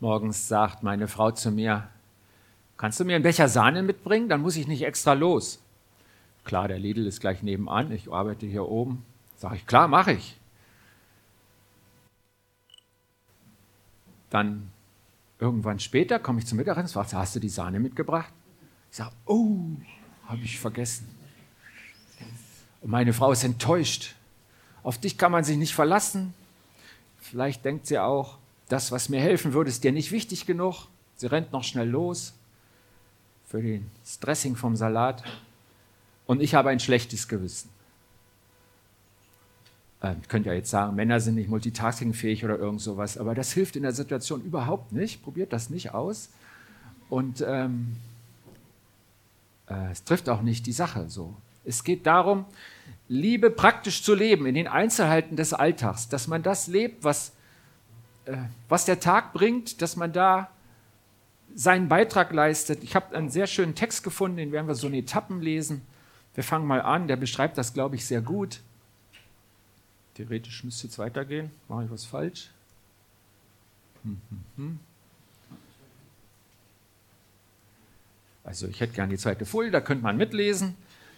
Morgens sagt meine Frau zu mir, kannst du mir einen Becher Sahne mitbringen? Dann muss ich nicht extra los. Klar, der Lidl ist gleich nebenan, ich arbeite hier oben. Sage ich, klar, mache ich. Dann irgendwann später komme ich zum Mittagessen, fragt, hast du die Sahne mitgebracht? Ich sage, oh, habe ich vergessen. Und meine Frau ist enttäuscht. Auf dich kann man sich nicht verlassen. Vielleicht denkt sie auch, das, was mir helfen würde, ist dir nicht wichtig genug. Sie rennt noch schnell los für das Dressing vom Salat. Und ich habe ein schlechtes Gewissen. Ich könnte ja jetzt sagen, Männer sind nicht multitaskingfähig oder irgend sowas, aber das hilft in der Situation überhaupt nicht. Probiert das nicht aus. Und es trifft auch nicht die Sache so. Es geht darum, Liebe praktisch zu leben, in den Einzelheiten des Alltags, dass man das lebt, was der Tag bringt, dass man da seinen Beitrag leistet. Ich habe einen sehr schönen Text gefunden, den werden wir so in Etappen lesen. Wir fangen mal an, der beschreibt das, glaube ich, sehr gut. Theoretisch müsste es weitergehen. Mache ich was falsch? Also ich hätte gerne die zweite Folie, da könnte man mitlesen.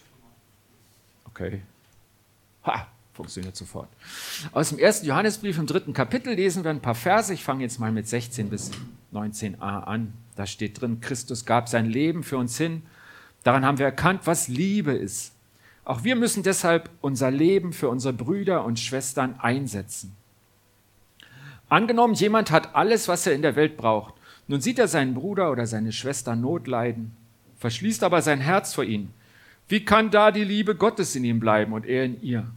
Okay. Ha, funktioniert sofort. Aus dem 1. Johannesbrief im 3. Kapitel lesen wir ein paar Verse. Ich fange jetzt mal mit 16 bis 19a an. Da steht drin, Christus gab sein Leben für uns hin. Daran haben wir erkannt, was Liebe ist. Auch wir müssen deshalb unser Leben für unsere Brüder und Schwestern einsetzen. Angenommen, jemand hat alles, was er in der Welt braucht. Nun sieht er seinen Bruder oder seine Schwester Not leiden, verschließt aber sein Herz vor ihnen. Wie kann da die Liebe Gottes in ihm bleiben und er in ihr?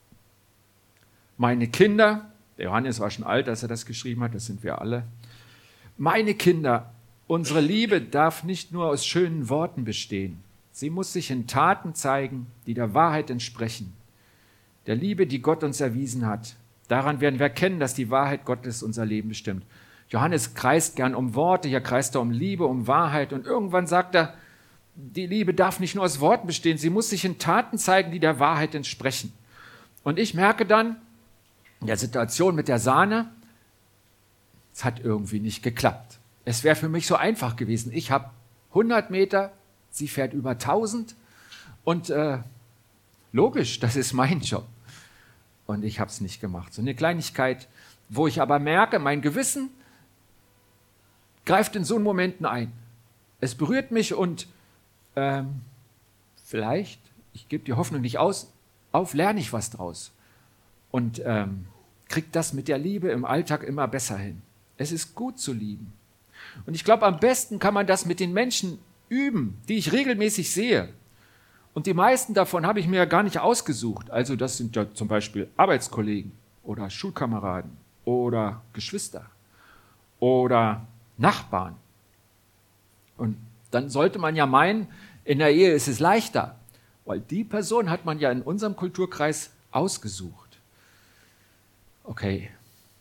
Meine Kinder, der Johannes war schon alt, als er das geschrieben hat, das sind wir alle. Meine Kinder, unsere Liebe darf nicht nur aus schönen Worten bestehen. Sie muss sich in Taten zeigen, die der Wahrheit entsprechen. Der Liebe, die Gott uns erwiesen hat. Daran werden wir erkennen, dass die Wahrheit Gottes unser Leben bestimmt. Johannes kreist gern um Worte, hier kreist er um Liebe, um Wahrheit. Und irgendwann sagt er, die Liebe darf nicht nur aus Worten bestehen, sie muss sich in Taten zeigen, die der Wahrheit entsprechen. Und ich merke dann, in der Situation mit der Sahne, es hat irgendwie nicht geklappt. Es wäre für mich so einfach gewesen. Ich habe 100 Meter, sie fährt über 1000 und logisch, das ist mein Job. Und ich habe es nicht gemacht. So eine Kleinigkeit, wo ich aber merke, mein Gewissen greift in so Momenten ein. Es berührt mich und vielleicht, ich gebe die Hoffnung nicht auf, lerne ich was draus. Und kriege das mit der Liebe im Alltag immer besser hin. Es ist gut zu lieben. Und ich glaube, am besten kann man das mit den Menschen üben, die ich regelmäßig sehe. Und die meisten davon habe ich mir ja gar nicht ausgesucht. Also das sind ja zum Beispiel Arbeitskollegen oder Schulkameraden oder Geschwister oder Nachbarn. Und dann sollte man ja meinen, in der Ehe ist es leichter, weil die Person hat man ja in unserem Kulturkreis ausgesucht. Okay.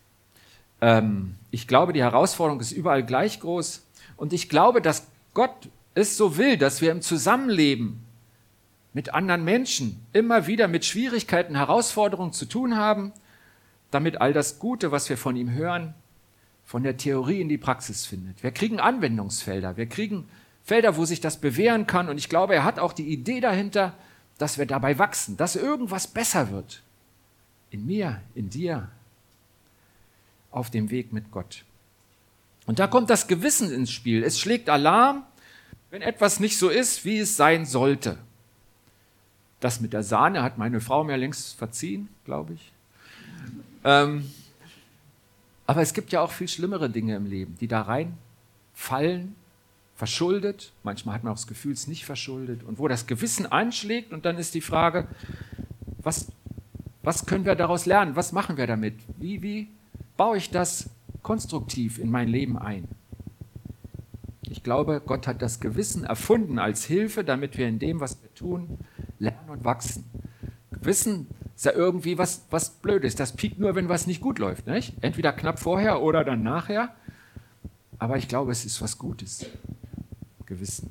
Ich glaube, die Herausforderung ist überall gleich groß und ich glaube, dass Gott es so will, dass wir im Zusammenleben mit anderen Menschen immer wieder mit Schwierigkeiten, Herausforderungen zu tun haben, damit all das Gute, was wir von ihm hören, von der Theorie in die Praxis findet. Wir kriegen Anwendungsfelder, wir kriegen Felder, wo sich das bewähren kann und ich glaube, er hat auch die Idee dahinter, dass wir dabei wachsen, dass irgendwas besser wird. In mir, in dir, auf dem Weg mit Gott. Und da kommt das Gewissen ins Spiel. Es schlägt Alarm, wenn etwas nicht so ist, wie es sein sollte. Das mit der Sahne hat meine Frau mir längst verziehen, glaube ich. Aber es gibt ja auch viel schlimmere Dinge im Leben, die da reinfallen, verschuldet. Manchmal hat man auch das Gefühl, es ist nicht verschuldet. Und wo das Gewissen anschlägt und dann ist die Frage, was können wir daraus lernen? Was machen wir damit? Wie baue ich das konstruktiv in mein Leben ein? Ich glaube, Gott hat das Gewissen erfunden als Hilfe, damit wir in dem, was wir tun, lernen und wachsen. Gewissen ist ja irgendwie was Blödes. Das piekt nur, wenn was nicht gut läuft. Nicht? Entweder knapp vorher oder dann nachher. Aber ich glaube, es ist was Gutes. Gewissen.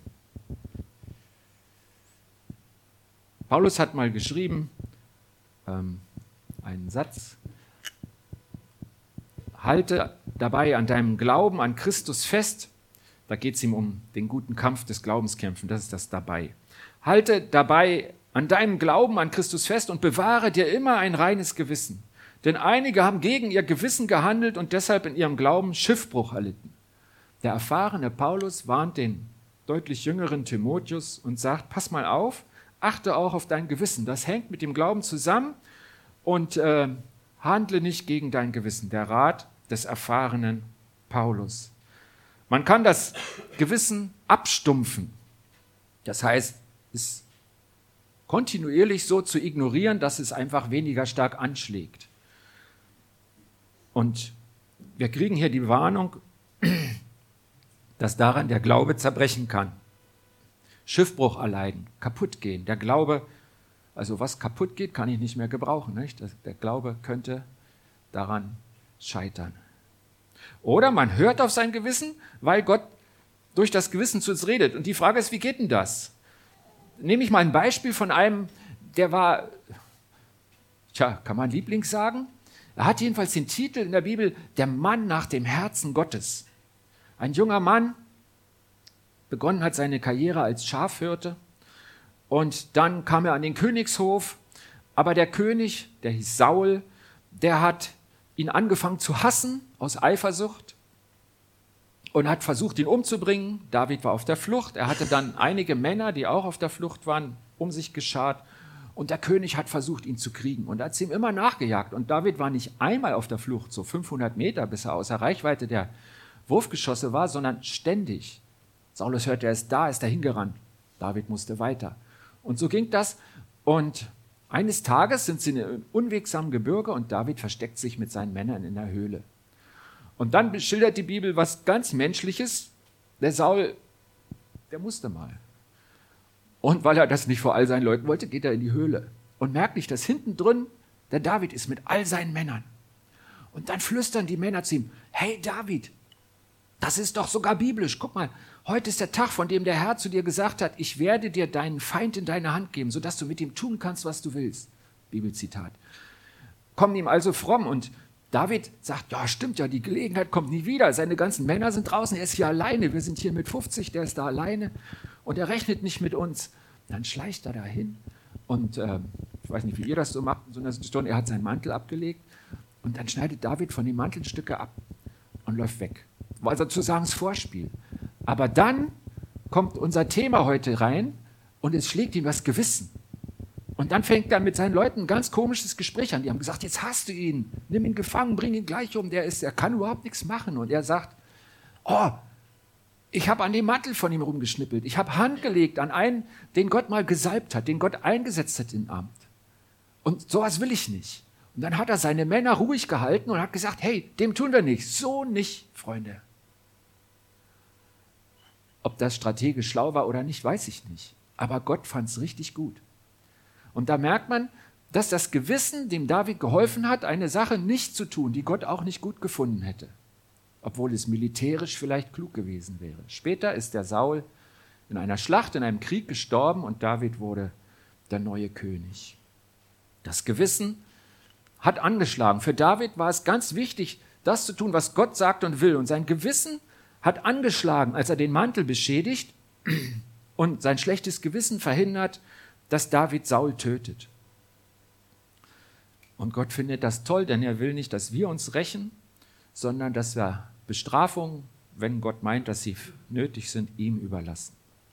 Paulus hat mal geschrieben, einen Satz, halte dabei an deinem Glauben an Christus fest. Da geht es ihm um den guten Kampf des Glaubens kämpfen, das ist das dabei. Halte dabei an deinem Glauben an Christus fest und bewahre dir immer ein reines Gewissen. Denn einige haben gegen ihr Gewissen gehandelt und deshalb in ihrem Glauben Schiffbruch erlitten. Der erfahrene Paulus warnt den deutlich jüngeren Timotheus und sagt, pass mal auf, achte auch auf dein Gewissen. Das hängt mit dem Glauben zusammen und handle nicht gegen dein Gewissen. Der Rat des erfahrenen Paulus. Man kann das Gewissen abstumpfen. Das heißt, es kontinuierlich so zu ignorieren, dass es einfach weniger stark anschlägt. Und wir kriegen hier die Warnung, dass daran der Glaube zerbrechen kann. Schiffbruch erleiden, kaputt gehen. Der Glaube, also was kaputt geht, kann ich nicht mehr gebrauchen. Nicht? Der Glaube könnte daran scheitern. Oder man hört auf sein Gewissen, weil Gott durch das Gewissen zu uns redet. Und die Frage ist, wie geht denn das? Nehme ich mal ein Beispiel von einem, der war, kann man Liebling sagen? Er hat jedenfalls den Titel in der Bibel, der Mann nach dem Herzen Gottes. Ein junger Mann, begonnen hat seine Karriere als Schafhirte und dann kam er an den Königshof, aber der König, der hieß Saul, der hat ihn angefangen zu hassen aus Eifersucht und hat versucht, ihn umzubringen. David war auf der Flucht, er hatte dann einige Männer, die auch auf der Flucht waren, um sich geschart und der König hat versucht, ihn zu kriegen und hat ihm immer nachgejagt und David war nicht einmal auf der Flucht, so 500 Meter, bis er außer Reichweite der Wurfgeschosse war, sondern ständig. Saulus hörte, er ist da hingerannt. David musste weiter. Und so ging das. Und eines Tages sind sie in einem unwegsamen Gebirge und David versteckt sich mit seinen Männern in der Höhle. Und dann beschildert die Bibel was ganz Menschliches. Der Saul, der musste mal. Und weil er das nicht vor all seinen Leuten wollte, geht er in die Höhle und merkt nicht, dass hinten drin der David ist mit all seinen Männern. Und dann flüstern die Männer zu ihm, hey David, das ist doch sogar biblisch. Guck mal, heute ist der Tag, von dem der Herr zu dir gesagt hat, ich werde dir deinen Feind in deine Hand geben, sodass du mit ihm tun kannst, was du willst. Bibelzitat. Kommen ihm also fromm und David sagt, ja stimmt ja, die Gelegenheit kommt nie wieder. Seine ganzen Männer sind draußen, er ist hier alleine. Wir sind hier mit 50, der ist da alleine und er rechnet nicht mit uns. Dann schleicht er dahin und ich weiß nicht, wie ihr das so macht in so einer Situation. Er hat seinen Mantel abgelegt und dann schneidet David von den Mantelstücke ab und läuft weg. War sozusagen das Vorspiel. Aber dann kommt unser Thema heute rein und es schlägt ihm das Gewissen. Und dann fängt er mit seinen Leuten ein ganz komisches Gespräch an. Die haben gesagt, jetzt hast du ihn, nimm ihn gefangen, bring ihn gleich um, der kann überhaupt nichts machen. Und er sagt, oh, ich habe an dem Mantel von ihm rumgeschnippelt. Ich habe Hand gelegt an einen, den Gott mal gesalbt hat, den Gott eingesetzt hat im Amt. Und sowas will ich nicht. Und dann hat er seine Männer ruhig gehalten und hat gesagt, hey, dem tun wir nichts. So nicht, Freunde. Ob das strategisch schlau war oder nicht, weiß ich nicht. Aber Gott fand es richtig gut. Und da merkt man, dass das Gewissen dem David geholfen hat, eine Sache nicht zu tun, die Gott auch nicht gut gefunden hätte. Obwohl es militärisch vielleicht klug gewesen wäre. Später ist der Saul in einer Schlacht, in einem Krieg gestorben und David wurde der neue König. Das Gewissen hat angeschlagen. Für David war es ganz wichtig, das zu tun, was Gott sagt und will. Und sein Gewissen hat angeschlagen, als er den Mantel beschädigt und sein schlechtes Gewissen verhindert, dass David Saul tötet. Und Gott findet das toll, denn er will nicht, dass wir uns rächen, sondern dass wir Bestrafungen, wenn Gott meint, dass sie nötig sind, ihm überlassen.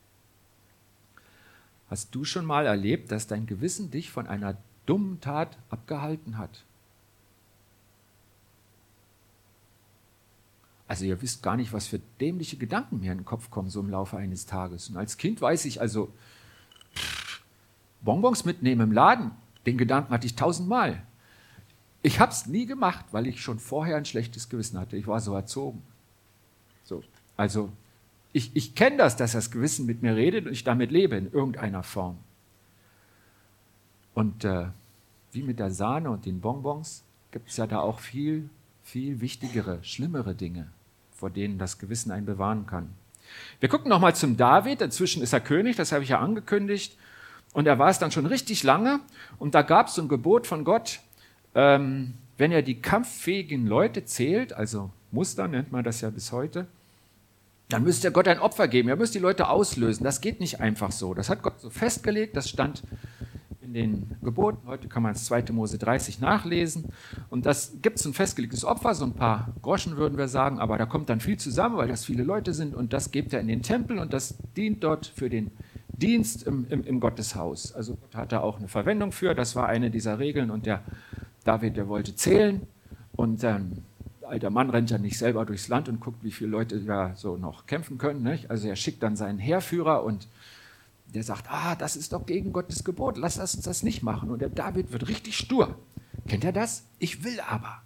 Hast du schon mal erlebt, dass dein Gewissen dich von einer dummen Tat abgehalten hat? Also ihr wisst gar nicht, was für dämliche Gedanken mir in den Kopf kommen, so im Laufe eines Tages. Und als Kind weiß ich also, Bonbons mitnehmen im Laden, den Gedanken hatte ich 1000-mal. Ich habe es nie gemacht, weil ich schon vorher ein schlechtes Gewissen hatte. Ich war so erzogen. So, also ich kenne das, dass das Gewissen mit mir redet und ich damit lebe in irgendeiner Form. Und wie mit der Sahne und den Bonbons gibt es ja da auch viel, viel wichtigere, schlimmere Dinge, vor denen das Gewissen einen bewahren kann. Wir gucken nochmal zum David. Inzwischen ist er König, das habe ich ja angekündigt. Und er war es dann schon richtig lange. Und da gab es so ein Gebot von Gott, wenn er die kampffähigen Leute zählt, also Muster nennt man das ja bis heute, dann müsste Gott ein Opfer geben, er müsste die Leute auslösen. Das geht nicht einfach so. Das hat Gott so festgelegt, das stand in den Geboten. Heute kann man es 2. Mose 30 nachlesen. Und das gibt es ein festgelegtes Opfer, so ein paar Groschen würden wir sagen, aber da kommt dann viel zusammen, weil das viele Leute sind und das gibt er in den Tempel und das dient dort für den Dienst im Gotteshaus. Also Gott hat da auch eine Verwendung für, das war eine dieser Regeln und der David, der wollte zählen und alter Mann rennt ja nicht selber durchs Land und guckt, wie viele Leute da so noch kämpfen können. Nicht? Also er schickt dann seinen Heerführer und der sagt, das ist doch gegen Gottes Gebot, lass uns das nicht machen. Und der David wird richtig stur. Kennt ihr das? Ich will aber.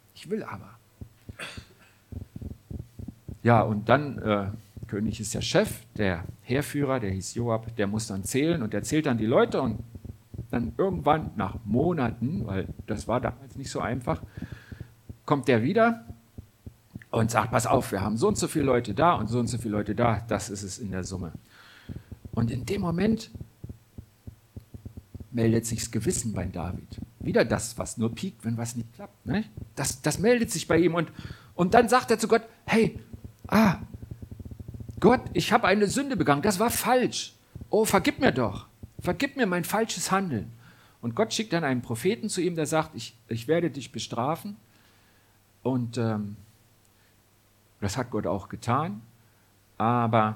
Ja, und dann, König ist der Chef, der Heerführer, der hieß Joab, der muss dann zählen und der zählt dann die Leute und dann irgendwann nach Monaten, weil das war damals nicht so einfach, kommt der wieder und sagt, pass auf, wir haben so und so viele Leute da und so und so viele Leute da, das ist es in der Summe. Und in dem Moment meldet sich das Gewissen bei David. Wieder das, was nur piekt, wenn was nicht klappt. Ne? Das meldet sich bei ihm und dann sagt er zu Gott, hey, Gott, ich habe eine Sünde begangen, das war falsch. Oh, vergib mir doch, vergib mir mein falsches Handeln. Und Gott schickt dann einen Propheten zu ihm, der sagt, ich werde dich bestrafen. Und das hat Gott auch getan, aber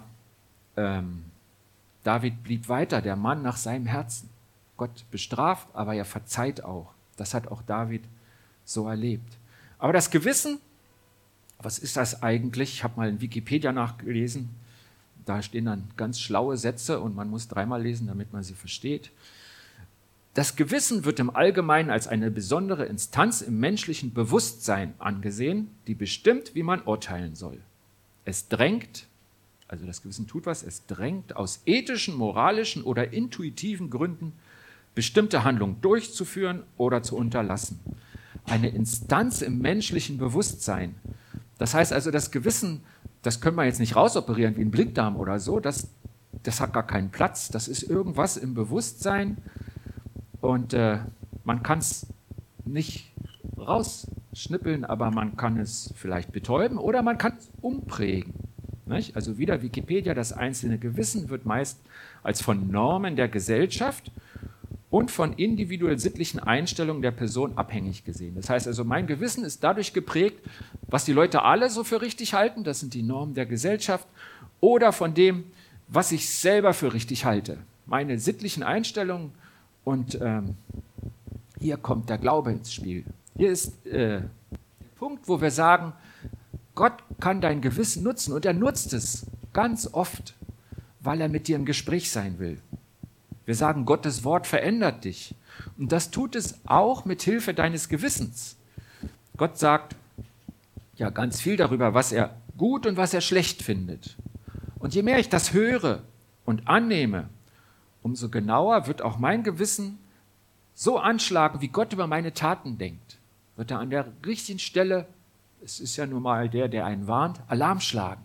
David blieb weiter, der Mann nach seinem Herzen. Gott bestraft, aber er verzeiht auch. Das hat auch David so erlebt. Aber das Gewissen, was ist das eigentlich? Ich habe mal in Wikipedia nachgelesen, da stehen dann ganz schlaue Sätze und man muss 3-mal lesen, damit man sie versteht. Das Gewissen wird im Allgemeinen als eine besondere Instanz im menschlichen Bewusstsein angesehen, die bestimmt, wie man urteilen soll. Es drängt, also das Gewissen tut was, es drängt aus ethischen, moralischen oder intuitiven Gründen bestimmte Handlungen durchzuführen oder zu unterlassen. Eine Instanz im menschlichen Bewusstsein. Das heißt also, das Gewissen, das können wir jetzt nicht rausoperieren wie ein Blinddarm oder so, das hat gar keinen Platz, das ist irgendwas im Bewusstsein, und man kann es nicht rausschnippeln, aber man kann es vielleicht betäuben oder man kann es umprägen. Nicht? Also wieder Wikipedia, das einzelne Gewissen wird meist als von Normen der Gesellschaft und von individuell sittlichen Einstellungen der Person abhängig gesehen. Das heißt also, mein Gewissen ist dadurch geprägt, was die Leute alle so für richtig halten, das sind die Normen der Gesellschaft, oder von dem, was ich selber für richtig halte. Meine sittlichen Einstellungen. Und hier kommt der Glaube ins Spiel. Hier ist der Punkt, wo wir sagen, Gott kann dein Gewissen nutzen und er nutzt es ganz oft, weil er mit dir im Gespräch sein will. Wir sagen, Gottes Wort verändert dich und das tut es auch mit Hilfe deines Gewissens. Gott sagt ja ganz viel darüber, was er gut und was er schlecht findet. Und je mehr ich das höre und annehme, umso genauer wird auch mein Gewissen so anschlagen, wie Gott über meine Taten denkt. Wird er an der richtigen Stelle, es ist ja nun mal der einen warnt, Alarm schlagen.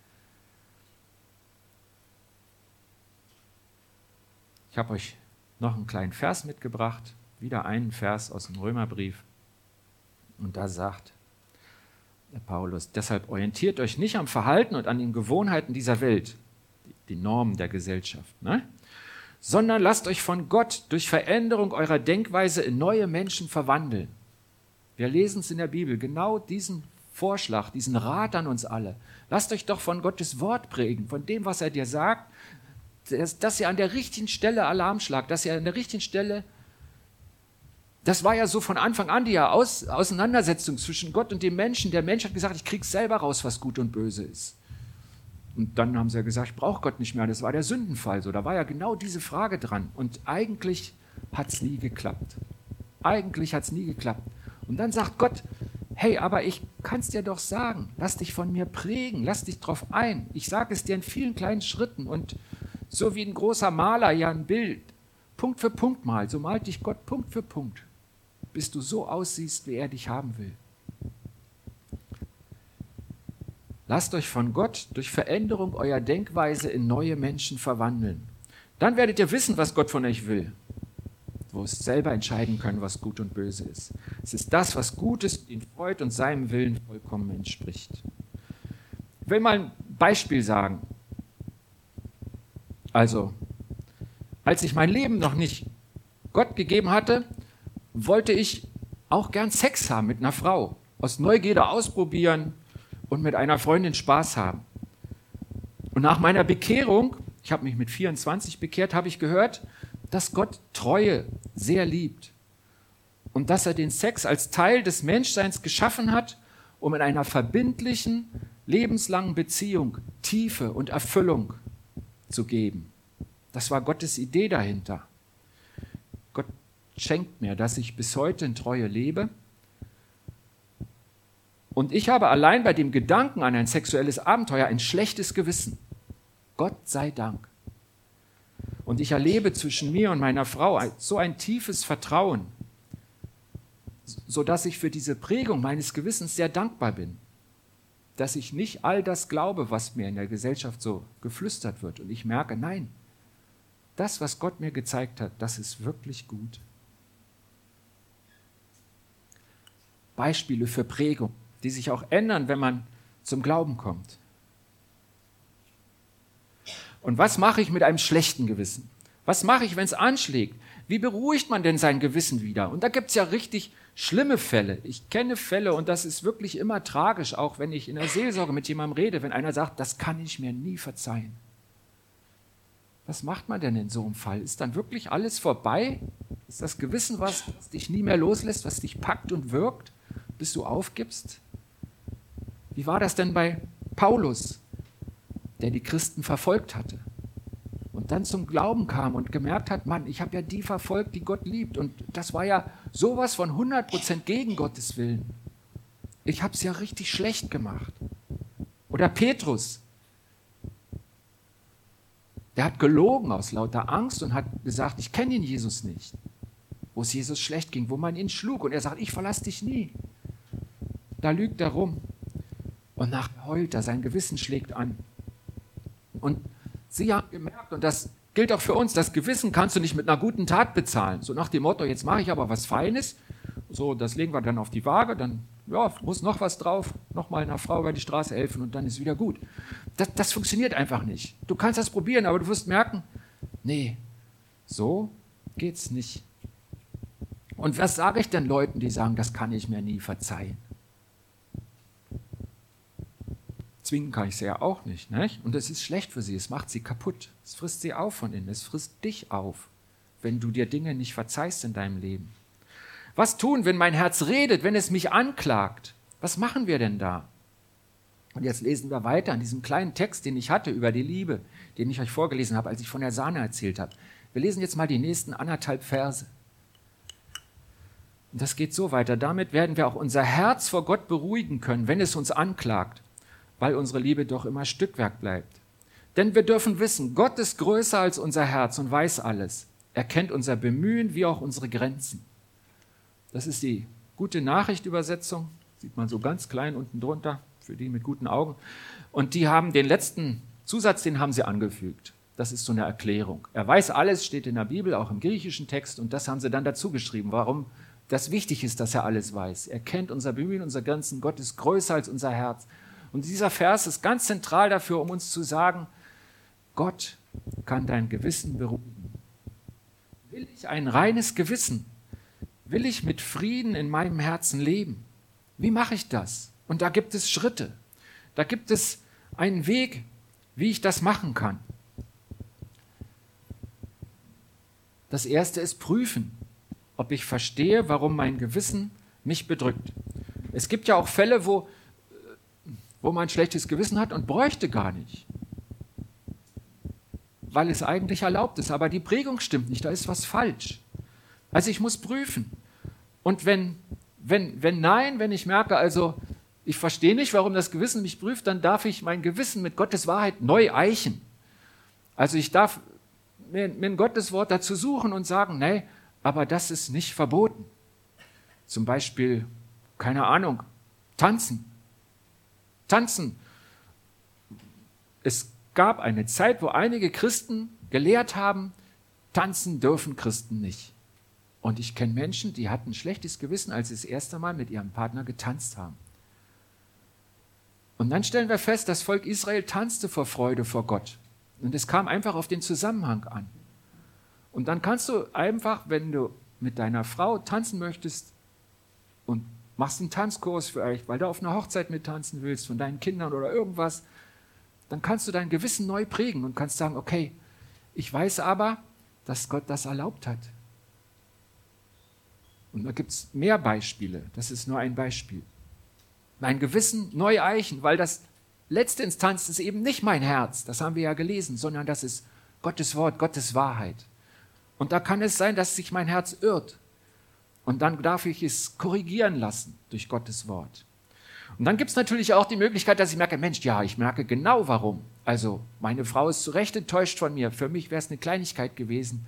Ich habe euch noch einen kleinen Vers mitgebracht, wieder einen Vers aus dem Römerbrief. Und da sagt der Paulus, deshalb orientiert euch nicht am Verhalten und an den Gewohnheiten dieser Welt, die Normen der Gesellschaft, ne? Sondern lasst euch von Gott durch Veränderung eurer Denkweise in neue Menschen verwandeln. Wir lesen es in der Bibel, genau diesen Vorschlag, diesen Rat an uns alle. Lasst euch doch von Gottes Wort prägen, von dem, was er dir sagt, dass ihr an der richtigen Stelle Alarm schlagt, dass ihr an der richtigen Stelle, das war ja so von Anfang an die Auseinandersetzung zwischen Gott und dem Menschen. Der Mensch hat gesagt, ich krieg's selber raus, was gut und böse ist. Und dann haben sie ja gesagt, ich brauche Gott nicht mehr. Das war der Sündenfall. So, da war ja genau diese Frage dran. Und eigentlich hat es nie geklappt. Eigentlich hat es nie geklappt. Und dann sagt Gott, hey, aber ich kann es dir doch sagen. Lass dich von mir prägen. Lass dich drauf ein. Ich sage es dir in vielen kleinen Schritten. Und so wie ein großer Maler ja ein Bild Punkt für Punkt malt, so malt dich Gott Punkt für Punkt, bis du so aussiehst, wie er dich haben will. Lasst euch von Gott durch Veränderung eurer Denkweise in neue Menschen verwandeln. Dann werdet ihr wissen, was Gott von euch will. Wo es selber entscheiden können, was gut und böse ist. Es ist das, was gut ist, ihn freut und seinem Willen vollkommen entspricht. Ich will mal ein Beispiel sagen. Also, als ich mein Leben noch nicht Gott gegeben hatte, wollte ich auch gern Sex haben mit einer Frau. Aus Neugierde ausprobieren und mit einer Freundin Spaß haben. Und nach meiner Bekehrung, ich habe mich mit 24 bekehrt, habe ich gehört, dass Gott Treue sehr liebt. Und dass er den Sex als Teil des Menschseins geschaffen hat, um in einer verbindlichen, lebenslangen Beziehung Tiefe und Erfüllung zu geben. Das war Gottes Idee dahinter. Gott schenkt mir, dass ich bis heute in Treue lebe. Und ich habe allein bei dem Gedanken an ein sexuelles Abenteuer ein schlechtes Gewissen. Gott sei Dank. Und ich erlebe zwischen mir und meiner Frau so ein tiefes Vertrauen, sodass ich für diese Prägung meines Gewissens sehr dankbar bin, dass ich nicht all das glaube, was mir in der Gesellschaft so geflüstert wird. Und ich merke, nein, das, was Gott mir gezeigt hat, das ist wirklich gut. Beispiele für Prägung, die sich auch ändern, wenn man zum Glauben kommt. Und was mache ich mit einem schlechten Gewissen? Was mache ich, wenn es anschlägt? Wie beruhigt man denn sein Gewissen wieder? Und da gibt es ja richtig schlimme Fälle. Ich kenne Fälle und das ist wirklich immer tragisch, auch wenn ich in der Seelsorge mit jemandem rede, wenn einer sagt, das kann ich mir nie verzeihen. Was macht man denn in so einem Fall? Ist dann wirklich alles vorbei? Ist das Gewissen was dich nie mehr loslässt, was dich packt und wirkt, bis du aufgibst? Wie war das denn bei Paulus, der die Christen verfolgt hatte und dann zum Glauben kam und gemerkt hat, Mann, ich habe ja die verfolgt, die Gott liebt und das war ja sowas von 100% gegen Gottes Willen. Ich habe es ja richtig schlecht gemacht. Oder Petrus, der hat gelogen aus lauter Angst und hat gesagt, ich kenne den Jesus nicht. Wo es Jesus schlecht ging, wo man ihn schlug und er sagt, ich verlasse dich nie. Da lügt er rum und nachher heult er, sein Gewissen schlägt an. Und sie haben gemerkt, und das gilt auch für uns, das Gewissen kannst du nicht mit einer guten Tat bezahlen. So nach dem Motto, jetzt mache ich aber was Feines, so, das legen wir dann auf die Waage, dann ja, muss noch was drauf, nochmal einer Frau über die Straße helfen und dann ist wieder gut. Das funktioniert einfach nicht. Du kannst das probieren, aber du wirst merken, nee, so geht's nicht. Und was sage ich denn Leuten, die sagen, das kann ich mir nie verzeihen? Zwingen kann ich sie ja auch nicht, nicht? Und es ist schlecht für sie, es macht sie kaputt. Es frisst sie auf von innen, es frisst dich auf, wenn du dir Dinge nicht verzeihst in deinem Leben. Was tun, wenn mein Herz redet, wenn es mich anklagt? Was machen wir denn da? Und jetzt lesen wir weiter an diesem kleinen Text, den ich hatte über die Liebe, den ich euch vorgelesen habe, als ich von der Sahne erzählt habe. Wir lesen jetzt mal die nächsten 1,5 Verse. Und das geht so weiter. Damit werden wir auch unser Herz vor Gott beruhigen können, wenn es uns anklagt, weil unsere Liebe doch immer Stückwerk bleibt. Denn wir dürfen wissen, Gott ist größer als unser Herz und weiß alles. Er kennt unser Bemühen wie auch unsere Grenzen. Das ist die gute Nachricht-Übersetzung, sieht man so ganz klein unten drunter, für die mit guten Augen. Und die haben den letzten Zusatz, den haben sie angefügt. Das ist so eine Erklärung. Er weiß alles, steht in der Bibel, auch im griechischen Text, und das haben sie dann dazu geschrieben, warum das wichtig ist, dass er alles weiß. Er kennt unser Bemühen, unsere Grenzen, Gott ist größer als unser Herz. Und dieser Vers ist ganz zentral dafür, um uns zu sagen, Gott kann dein Gewissen beruhigen. Will ich ein reines Gewissen? Will ich mit Frieden in meinem Herzen leben? Wie mache ich das? Und da gibt es Schritte. Da gibt es einen Weg, wie ich das machen kann. Das erste ist prüfen, ob ich verstehe, warum mein Gewissen mich bedrückt. Es gibt ja auch Fälle, wo man ein schlechtes Gewissen hat und bräuchte gar nicht, weil es eigentlich erlaubt ist. Aber die Prägung stimmt nicht, da ist was falsch. Also ich muss prüfen. Und wenn ich merke, also ich verstehe nicht, warum das Gewissen mich prüft, dann darf ich mein Gewissen mit Gottes Wahrheit neu eichen. Also ich darf mir ein Gottes Wort dazu suchen und sagen, nee, aber das ist nicht verboten. Zum Beispiel, keine Ahnung, tanzen. Tanzen. Es gab eine Zeit, wo einige Christen gelehrt haben, tanzen dürfen Christen nicht. Und ich kenne Menschen, die hatten ein schlechtes Gewissen, als sie das erste Mal mit ihrem Partner getanzt haben. Und dann stellen wir fest, das Volk Israel tanzte vor Freude vor Gott. Und es kam einfach auf den Zusammenhang an. Und dann kannst du einfach, wenn du mit deiner Frau tanzen möchtest und machst einen Tanzkurs vielleicht, weil du auf einer Hochzeit mittanzen willst von deinen Kindern oder irgendwas, dann kannst du dein Gewissen neu prägen und kannst sagen, okay, ich weiß aber, dass Gott das erlaubt hat. Und da gibt es mehr Beispiele, das ist nur ein Beispiel. Mein Gewissen neu eichen, weil das letzte Instanz ist eben nicht mein Herz, das haben wir ja gelesen, sondern das ist Gottes Wort, Gottes Wahrheit. Und da kann es sein, dass sich mein Herz irrt. Und dann darf ich es korrigieren lassen durch Gottes Wort. Und dann gibt es natürlich auch die Möglichkeit, dass ich merke, Mensch, ja, ich merke genau warum. Also meine Frau ist zu Recht enttäuscht von mir. Für mich wäre es eine Kleinigkeit gewesen.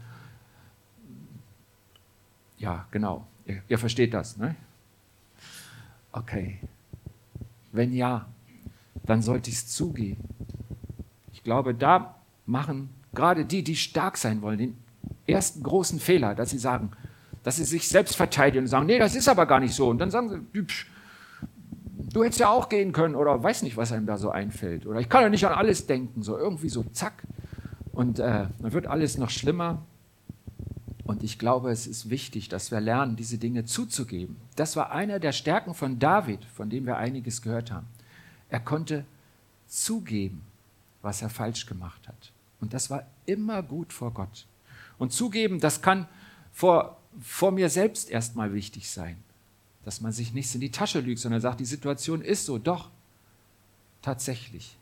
Ja, genau. Ihr versteht das, ne? Okay. Wenn ja, dann sollte ich es zugeben. Ich glaube, da machen gerade die, die stark sein wollen, den ersten großen Fehler, dass sie sagen, dass sie sich selbst verteidigen und sagen, nee, das ist aber gar nicht so. Und dann sagen sie, du hättest ja auch gehen können oder weiß nicht, was einem da so einfällt. Oder ich kann ja nicht an alles denken, so irgendwie so zack. Und dann wird alles noch schlimmer. Und ich glaube, es ist wichtig, dass wir lernen, diese Dinge zuzugeben. Das war einer der Stärken von David, von dem wir einiges gehört haben. Er konnte zugeben, was er falsch gemacht hat. Und das war immer gut vor Gott. Und zugeben, das kann vor mir selbst erstmal wichtig sein. Dass man sich nichts in die Tasche lügt, sondern sagt, die Situation ist so, doch, tatsächlich.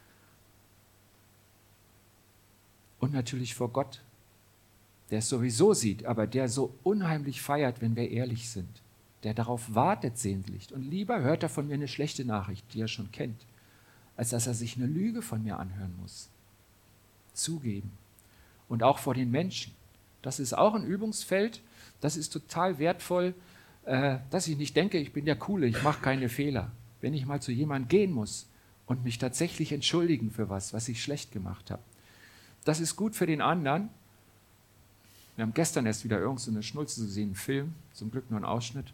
Und natürlich vor Gott, der es sowieso sieht, aber der so unheimlich feiert, wenn wir ehrlich sind. Der darauf wartet sehnlich. Und lieber hört er von mir eine schlechte Nachricht, die er schon kennt, als dass er sich eine Lüge von mir anhören muss. Zugeben. Und auch vor den Menschen. Das ist auch ein Übungsfeld. Das ist total wertvoll, dass ich nicht denke, ich bin der Coole, ich mache keine Fehler. Wenn ich mal zu jemandem gehen muss und mich tatsächlich entschuldigen für was ich schlecht gemacht habe. Das ist gut für den anderen. Wir haben gestern erst wieder irgend so eine Schnulze gesehen, einen Film, zum Glück nur einen Ausschnitt.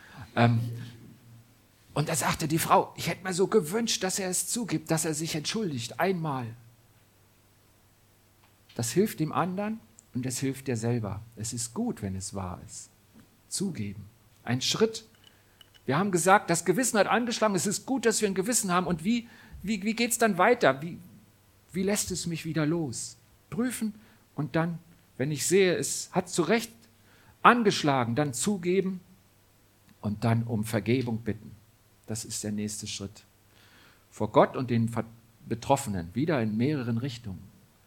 Und da sagte die Frau, ich hätte mir so gewünscht, dass er es zugibt, dass er sich entschuldigt, einmal. Das hilft dem anderen und es hilft dir selber. Es ist gut, wenn es wahr ist. Zugeben. Ein Schritt. Wir haben gesagt, das Gewissen hat angeschlagen, es ist gut, dass wir ein Gewissen haben. Und wie geht es dann weiter? Wie lässt es mich wieder los? Prüfen und dann, wenn ich sehe, es hat zu Recht angeschlagen, dann zugeben und dann um Vergebung bitten. Das ist der nächste Schritt. Vor Gott und den Betroffenen, wieder in mehreren Richtungen.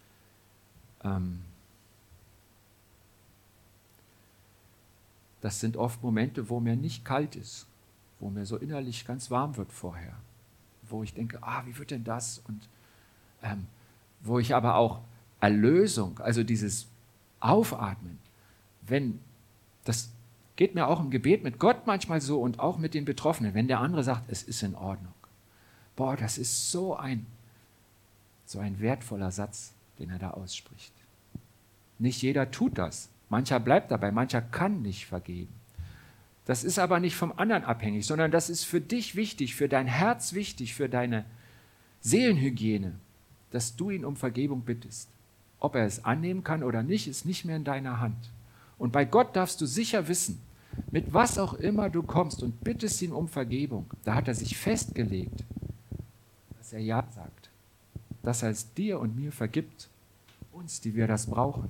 Das sind oft Momente, wo mir nicht kalt ist, wo mir so innerlich ganz warm wird vorher, wo ich denke, wie wird denn das? Und wo ich aber auch Erlösung, also dieses Aufatmen, das geht mir auch im Gebet mit Gott manchmal so und auch mit den Betroffenen, wenn der andere sagt, es ist in Ordnung. Boah, das ist so ein wertvoller Satz, den er da ausspricht. Nicht jeder tut das. Mancher bleibt dabei, mancher kann nicht vergeben. Das ist aber nicht vom anderen abhängig, sondern das ist für dich wichtig, für dein Herz wichtig, für deine Seelenhygiene, dass du ihn um Vergebung bittest. Ob er es annehmen kann oder nicht, ist nicht mehr in deiner Hand. Und bei Gott darfst du sicher wissen, mit was auch immer du kommst und bittest ihn um Vergebung, da hat er sich festgelegt, dass er Ja sagt, dass er es dir und mir vergibt, uns, die wir das brauchen.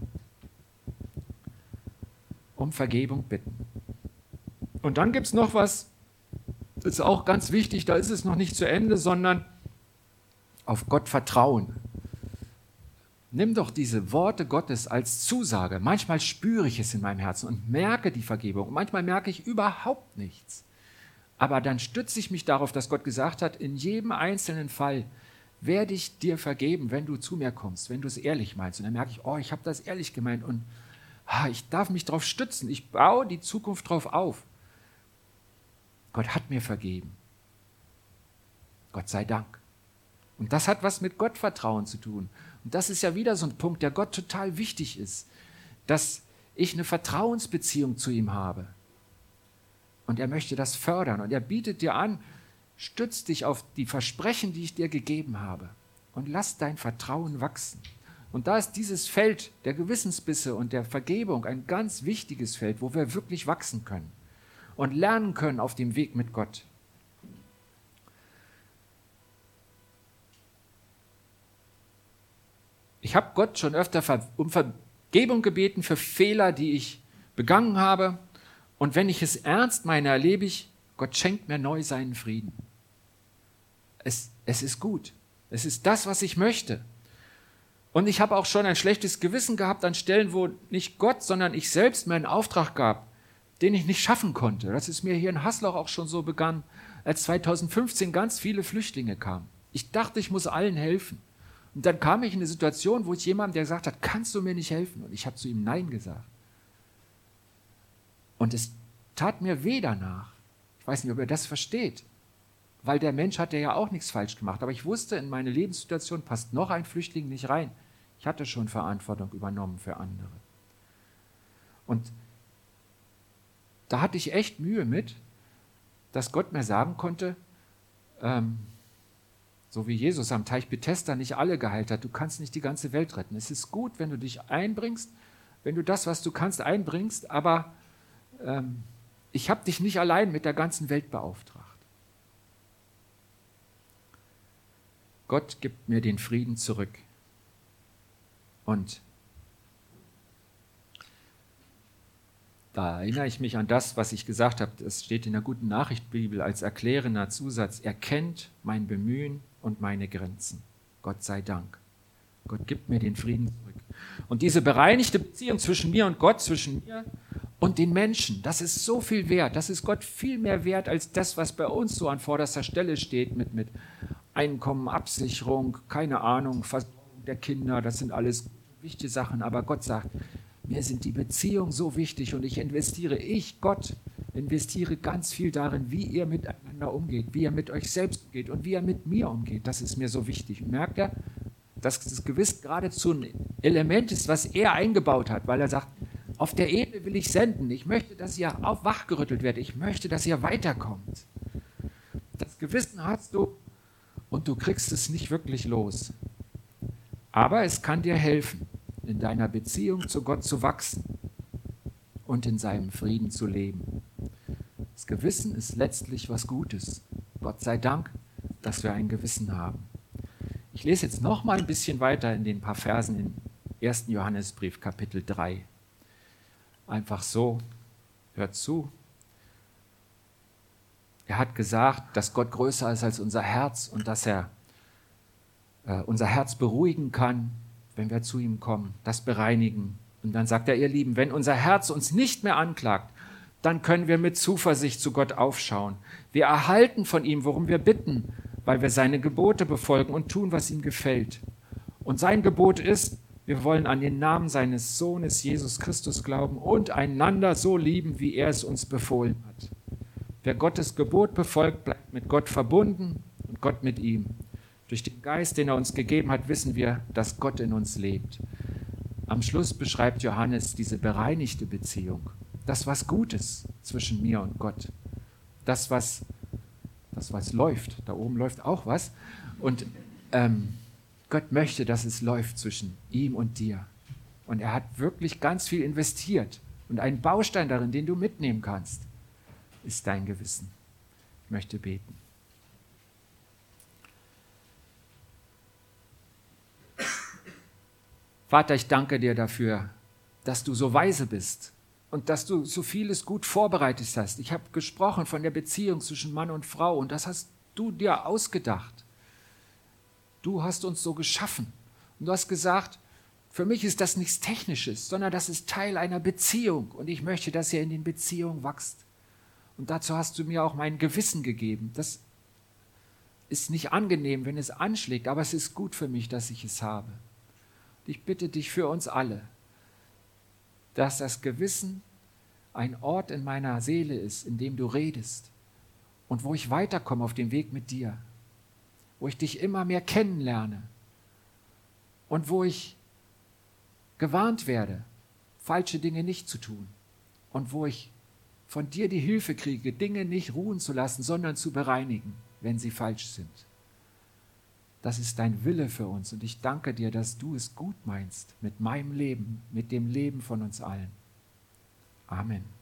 Um Vergebung bitten. Und dann gibt es noch was, das ist auch ganz wichtig, da ist es noch nicht zu Ende, sondern auf Gott vertrauen. Nimm doch diese Worte Gottes als Zusage. Manchmal spüre ich es in meinem Herzen und merke die Vergebung. Manchmal merke ich überhaupt nichts. Aber dann stütze ich mich darauf, dass Gott gesagt hat, in jedem einzelnen Fall werde ich dir vergeben, wenn du zu mir kommst, wenn du es ehrlich meinst. Und dann merke ich, ich habe das ehrlich gemeint und ich darf mich darauf stützen. Ich baue die Zukunft darauf auf. Gott hat mir vergeben. Gott sei Dank. Und das hat was mit Gottvertrauen zu tun. Und das ist ja wieder so ein Punkt, der Gott total wichtig ist, dass ich eine Vertrauensbeziehung zu ihm habe. Und er möchte das fördern. Und er bietet dir an, stütz dich auf die Versprechen, die ich dir gegeben habe. Und lass dein Vertrauen wachsen. Und da ist dieses Feld der Gewissensbisse und der Vergebung ein ganz wichtiges Feld, wo wir wirklich wachsen können und lernen können auf dem Weg mit Gott. Ich habe Gott schon öfter um Vergebung gebeten für Fehler, die ich begangen habe. Und wenn ich es ernst meine, erlebe ich, Gott schenkt mir neu seinen Frieden. Es ist gut. Es ist das, was ich möchte. Und ich habe auch schon ein schlechtes Gewissen gehabt an Stellen, wo nicht Gott, sondern ich selbst mir einen Auftrag gab, den ich nicht schaffen konnte. Das ist mir hier in Hasloch auch schon so begann, als 2015 ganz viele Flüchtlinge kamen. Ich dachte, ich muss allen helfen. Und dann kam ich in eine Situation, wo ich jemandem, der gesagt hat, kannst du mir nicht helfen? Und ich habe zu ihm Nein gesagt. Und es tat mir weh danach. Ich weiß nicht, ob ihr das versteht. Weil der Mensch hat ja auch nichts falsch gemacht. Aber ich wusste, in meine Lebenssituation passt noch ein Flüchtling nicht rein. Ich hatte schon Verantwortung übernommen für andere. Und da hatte ich echt Mühe mit, dass Gott mir sagen konnte, so wie Jesus am Teich Bethesda nicht alle geheilt hat, du kannst nicht die ganze Welt retten. Es ist gut, wenn du dich einbringst, wenn du das, was du kannst, einbringst, aber ich habe dich nicht allein mit der ganzen Welt beauftragt. Gott gibt mir den Frieden zurück. Und da erinnere ich mich an das, was ich gesagt habe. Das steht in der Guten Nachricht Bibel als erklärender Zusatz. Er kennt mein Bemühen und meine Grenzen. Gott sei Dank. Gott gibt mir den Frieden zurück. Und diese bereinigte Beziehung zwischen mir und Gott, zwischen mir und den Menschen, das ist so viel wert. Das ist Gott viel mehr wert als das, was bei uns so an vorderster Stelle steht mit Einkommen, Absicherung, keine Ahnung, Versorgung der Kinder. Das sind alles wichtige Sachen. Aber Gott sagt, mir sind die Beziehungen so wichtig und Gott investiere ganz viel darin, wie ihr miteinander umgeht, wie ihr mit euch selbst umgeht und wie ihr mit mir umgeht. Das ist mir so wichtig. Und merkt ihr, dass das Gewissen geradezu ein Element ist, was er eingebaut hat, weil er sagt, auf der Ebene will ich senden. Ich möchte, dass ihr wachgerüttelt werdet. Ich möchte, dass ihr weiterkommt. Das Gewissen hast du und du kriegst es nicht wirklich los. Aber es kann dir helfen, in deiner Beziehung zu Gott zu wachsen und in seinem Frieden zu leben. Das Gewissen ist letztlich was Gutes. Gott sei Dank, dass wir ein Gewissen haben. Ich lese jetzt noch mal ein bisschen weiter in den paar Versen im 1. Johannesbrief, Kapitel 3. Einfach so, hört zu. Er hat gesagt, dass Gott größer ist als unser Herz und dass er unser Herz beruhigen kann, wenn wir zu ihm kommen, das bereinigen. Und dann sagt er, ihr Lieben, wenn unser Herz uns nicht mehr anklagt, dann können wir mit Zuversicht zu Gott aufschauen. Wir erhalten von ihm, worum wir bitten, weil wir seine Gebote befolgen und tun, was ihm gefällt. Und sein Gebot ist, wir wollen an den Namen seines Sohnes Jesus Christus glauben und einander so lieben, wie er es uns befohlen hat. Wer Gottes Gebot befolgt, bleibt mit Gott verbunden und Gott mit ihm. Durch den Geist, den er uns gegeben hat, wissen wir, dass Gott in uns lebt. Am Schluss beschreibt Johannes diese bereinigte Beziehung. Das, was Gutes zwischen mir und Gott. Das, was läuft. Da oben läuft auch was. Und Gott möchte, dass es läuft zwischen ihm und dir. Und er hat wirklich ganz viel investiert. Und ein Baustein darin, den du mitnehmen kannst, ist dein Gewissen. Ich möchte beten. Vater, ich danke dir dafür, dass du so weise bist und dass du so vieles gut vorbereitet hast. Ich habe gesprochen von der Beziehung zwischen Mann und Frau und das hast du dir ausgedacht. Du hast uns so geschaffen und du hast gesagt, für mich ist das nichts Technisches, sondern das ist Teil einer Beziehung und ich möchte, dass ihr in den Beziehungen wachst. Und dazu hast du mir auch mein Gewissen gegeben. Das ist nicht angenehm, wenn es anschlägt, aber es ist gut für mich, dass ich es habe. Ich bitte dich für uns alle, dass das Gewissen ein Ort in meiner Seele ist, in dem du redest und wo ich weiterkomme auf dem Weg mit dir, wo ich dich immer mehr kennenlerne und wo ich gewarnt werde, falsche Dinge nicht zu tun und wo ich von dir die Hilfe kriege, Dinge nicht ruhen zu lassen, sondern zu bereinigen, wenn sie falsch sind. Das ist dein Wille für uns und ich danke dir, dass du es gut meinst mit meinem Leben, mit dem Leben von uns allen. Amen.